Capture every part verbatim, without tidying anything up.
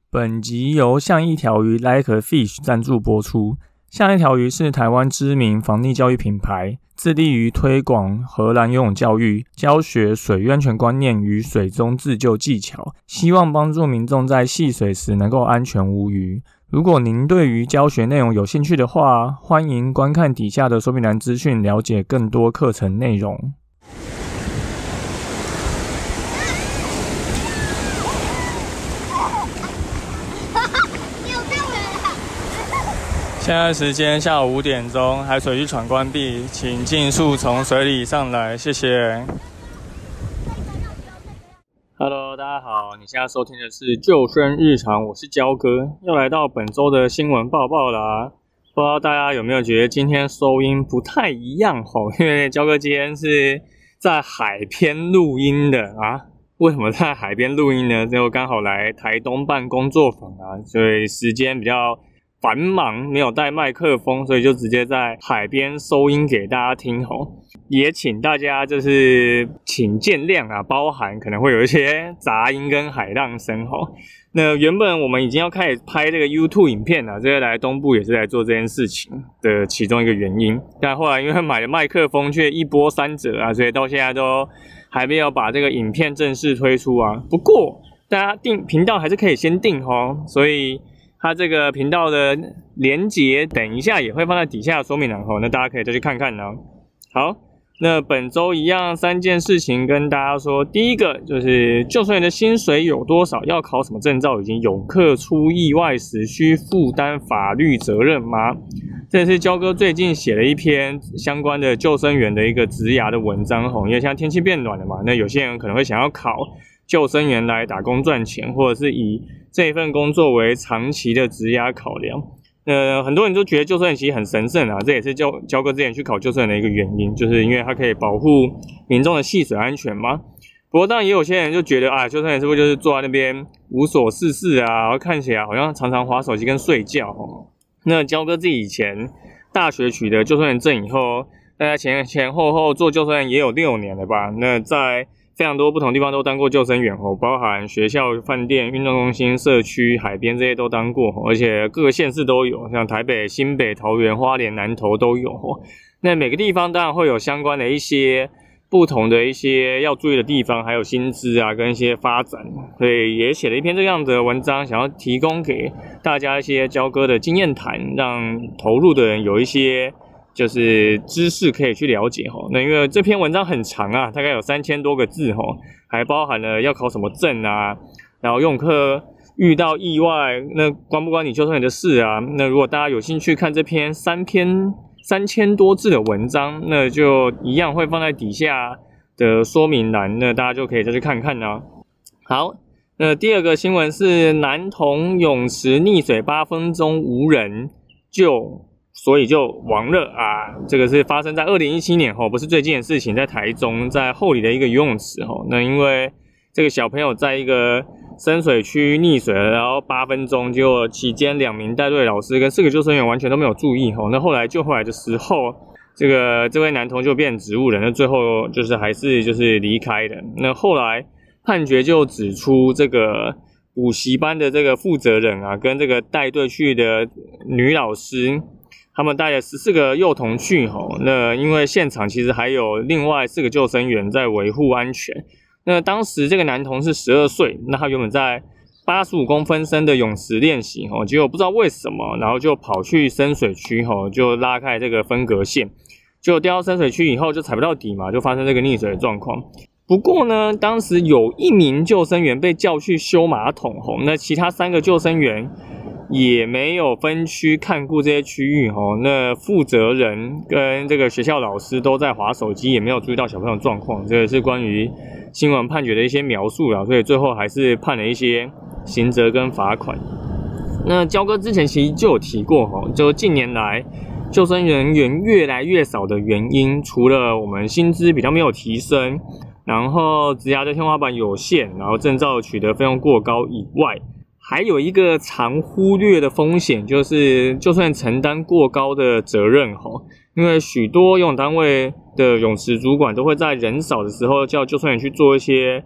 本集由像一条鱼 Like a Fish 赞助播出。像一条鱼是台湾知名防溺教育品牌，致力于推广荷兰游泳教育，教学水域安全观念与水中自救技巧，希望帮助民众在戏水时能够安全无虞。如果您对于教学内容有兴趣的话，欢迎观看底下的说明栏资讯，了解更多课程内容。现在时间下午五点钟，海水浴场关闭，请尽速从水里上来，谢谢。Hello， 大家好，你现在收听的是救生日常，我是焦哥，又来到本周的新闻报报啦。不知道大家有没有觉得今天收音不太一样吼？因为焦哥今天是在海边录音的啊。为什么在海边录音呢？就刚好来台东办工作坊啊，所以时间比较繁忙，没有带麦克风，所以就直接在海边收音给大家听吼。也请大家就是请见谅啊，包含可能会有一些杂音跟海浪声吼。那原本我们已经要开始拍这个 YouTube 影片了，这个来东部也是来做这件事情的其中一个原因。但后来因为买了麦克风却一波三折啊，所以到现在都还没有把这个影片正式推出啊。不过大家订频道还是可以先订吼，所以它这个频道的连结等一下也会放在底下的说明栏吼，那大家可以再去看看呢。好，那本周一样三件事情跟大家说。第一个就是救生员的薪水有多少，要考什么证照，以及泳客出意外时需负担法律责任吗？这是焦哥最近写了一篇相关的救生员的一个职涯的文章吼，因为现在天气变暖了嘛，那有些人可能会想要考救生员来打工赚钱，或者是以这一份工作为长期的职涯考量。呃，很多人都觉得救生员其实很神圣啊，这也是焦焦哥之前去考救生员的一个原因，就是因为它可以保护民众的戏水安全嘛。不过当然也有些人就觉得啊，救生员是不是就是坐在那边无所事事啊，然后看起来好像常常滑手机跟睡觉哦。那焦哥自己以前大学取得救生员证以后，大概前前后后做救生员也有六年了吧。那在非常多不同地方都当过救生员哦，包含学校、饭店、运动中心、社区、海边这些都当过，而且各个县市都有，像台北、新北、桃园、花莲、南投都有哦。那每个地方当然会有相关的一些不同的一些要注意的地方，还有薪资啊跟一些发展，所以也写了一篇这样的文章，想要提供给大家一些焦哥的经验谈，让投入的人有一些就是知识可以去了解齁。那因为这篇文章很长啊，大概有三千多个字齁，还包含了要考什么证啊，然后泳客遇到意外，那关不关你救生员的事啊？那如果大家有兴趣看这篇三篇三千多字的文章，那就一样会放在底下的说明栏，那大家就可以再去看看啦。好，那第二个新闻是男童泳池溺水八分钟无人救，所以就亡了啊！这个是发生在二零一七年吼，不是最近的事情，在台中，在后里的一个游泳池吼。那因为这个小朋友在一个深水区溺水了，然后八分钟，结果期间两名带队老师跟四个救生员完全都没有注意吼。那后来救回来的时候，这个这位男童就变植物人，那最后就是还是就是离开的。那后来判决就指出，这个补习班的这个负责人啊，跟这个带队去的女老师，他们带了十四个幼童去吼，那因为现场其实还有另外四个救生员在维护安全。那当时这个男童是十二岁，那他原本在八十五公分深的泳池练习吼，结果不知道为什么，然后就跑去深水区吼，就拉开这个分隔线，结果掉到深水区以后就踩不到底嘛，就发生这个溺水的状况。不过呢，当时有一名救生员被叫去修马桶吼，那其他三个救生员也没有分区看顾这些区域齁，那负责人跟这个学校老师都在滑手机，也没有注意到小朋友状况。这个是关于新闻判决的一些描述啦，所以最后还是判了一些刑责跟罚款。那焦哥之前其实就有提过齁，就近年来救生人员越来越少的原因，除了我们薪资比较没有提升，然后职涯的天花板有限，然后证照取得费用过高以外，还有一个常忽略的风险，就是就算承担过高的责任齁，因为许多游泳单位的泳池主管都会在人少的时候叫救生员去做一些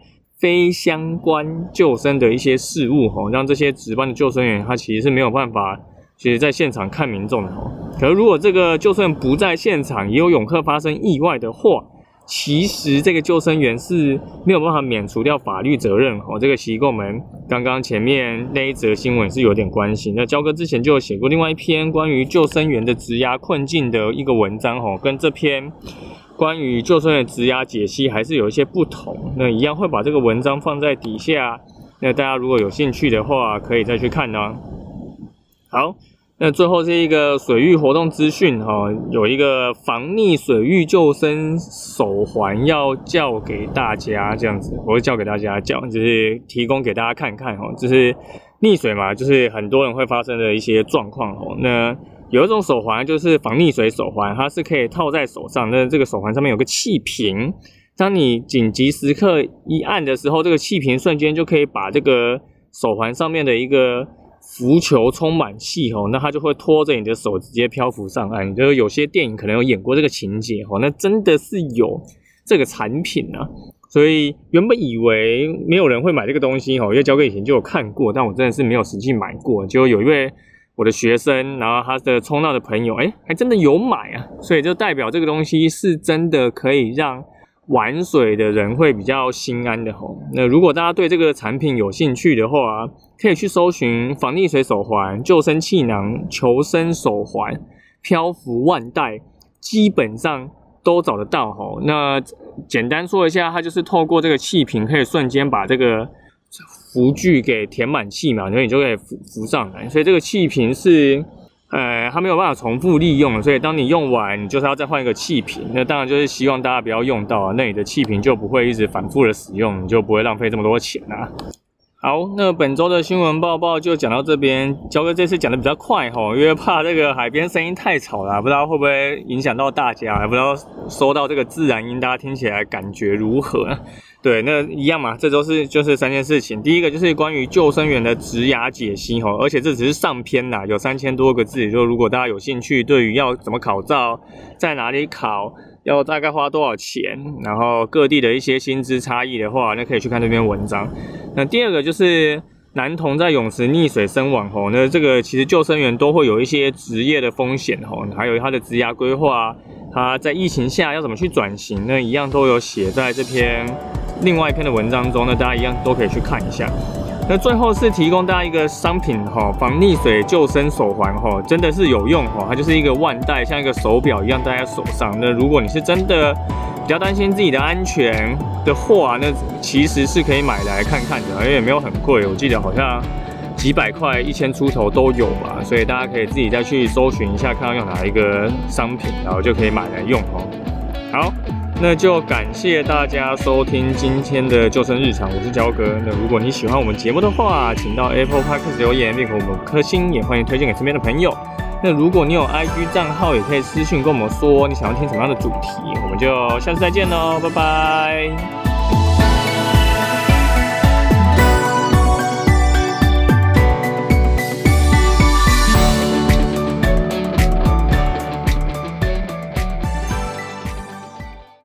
非相关救生的一些事物吼，让这些值班的救生员他其实是没有办法，其实在现场看民众的吼。可是如果这个救生员不在现场，也有泳客发生意外的话，其实这个救生员是没有办法免除掉法律责任哦。这个其实跟我们刚刚前面那一则新闻是有点关系。那焦哥之前就有写过另外一篇关于救生员的职涯困境的一个文章哦，跟这篇关于救生员职涯解析还是有一些不同。那一样会把这个文章放在底下，那大家如果有兴趣的话，可以再去看哦。好。那最后是一个水域活动资讯哈，有一个防溺水域救生手环要教给大家，这样子，我会教给大家教，就是提供给大家看看哈，就是溺水嘛，就是很多人会发生的一些状况哈。那有一种手环就是防溺水手环，它是可以套在手上，那这个手环上面有个气瓶，当你紧急时刻一按的时候，这个气瓶瞬间就可以把这个手环上面的一个浮球充满气吼，那它就会拖着你的手直接漂浮上岸。就是有些电影可能有演过这个情节吼，那真的是有这个产品啊。所以原本以为没有人会买这个东西吼，因为焦哥以前就有看过，但我真的是没有实际买过。结果有一位我的学生，然后他的冲浪的朋友，哎，还真的有买啊。所以就代表这个东西是真的可以让玩水的人会比较心安的吼。那如果大家对这个产品有兴趣的话，可以去搜寻防溺水手环、救生气囊、求生手环、漂浮腕带，基本上都找得到吼。那简单说一下，它就是透过这个气瓶，可以瞬间把这个浮具给填满气嘛，然后你就可以浮浮上来。所以这个气瓶是呃，它没有办法重复利用，所以当你用完，你就是要再换一个气瓶。那当然就是希望大家不要用到啊，那你的气瓶就不会一直反复的使用，你就不会浪费这么多钱啊。好，那本周的新闻报报就讲到这边。焦哥这次讲的比较快齁，因为怕这个海边声音太吵了，不知道会不会影响到大家，不知道收到这个自然音，大家听起来感觉如何？对，那一样嘛，这周是就是三件事情。第一个就是关于救生员的职涯解析齁，而且这只是上篇啦，有三千多个字，就如果大家有兴趣，对于要怎么考照，在哪里考，要大概花多少钱，然后各地的一些薪资差异的话，那可以去看这篇文章。那第二个就是男童在泳池溺水身亡吼，那这个其实救生员都会有一些职业的风险吼，还有他的职涯规划，他在疫情下要怎么去转型，那一样都有写在这篇另外一篇的文章中，那大家一样都可以去看一下。那最后是提供大家一个商品齁，防溺水救生手环齁，真的是有用齁，它就是一个腕带，像一个手表一样戴在手上。那如果你是真的比较担心自己的安全的话，那其实是可以买来看看的，而且也没有很贵，我记得好像几百块、一千出头都有吧，所以大家可以自己再去搜寻一下，看到用哪一个商品，然后就可以买来用齁。好。那就感谢大家收听今天的救生日常，我是焦哥。那如果你喜欢我们节目的话，请到 Apple Podcast 留言并给我们颗星，也欢迎推荐给身边的朋友。那如果你有 I G 账号，也可以私讯跟我们说你想要听什么样的主题，我们就下次再见喽，拜拜。